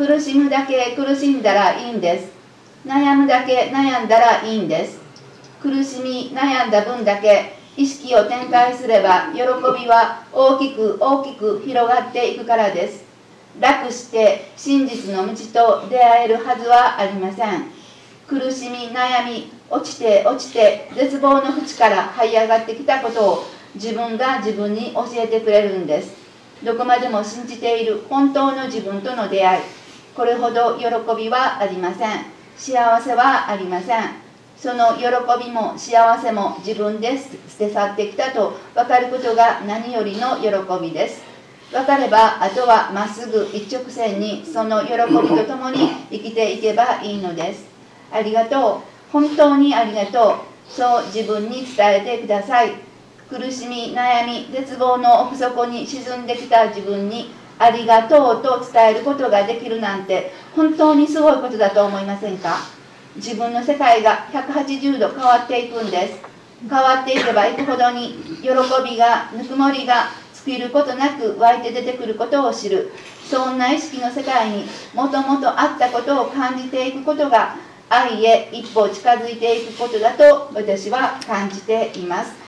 苦しむだけ苦しんだらいいんです。悩むだけ悩んだらいいんです。苦しみ悩んだ分だけ意識を展開すれば喜びは大きく大きく広がっていくからです。楽して真実の道と出会えるはずはありません。苦しみ悩み落ちて落ちて絶望の淵から這い上がってきたことを自分が自分に教えてくれるんです。どこまでも信じている本当の自分との出会い、これほど喜びはありません。幸せはありません。その喜びも幸せも自分で捨て去ってきたと分かることが何よりの喜びです。分かればあとはまっすぐ一直線にその喜びとともに生きていけばいいのです。ありがとう、本当にありがとう、そう自分に伝えてください。苦しみ悩み絶望の奥底に沈んできた自分にありがとうと伝えることができるなんて本当にすごいことだと思いませんか？自分の世界が180度変わっていくんです。変わっていけばいくほどに喜びがぬくもりが尽きることなく湧いて出てくることを知る、そんな意識の世界にもともとあったことを感じていくことが愛へ一歩近づいていくことだと私は感じています。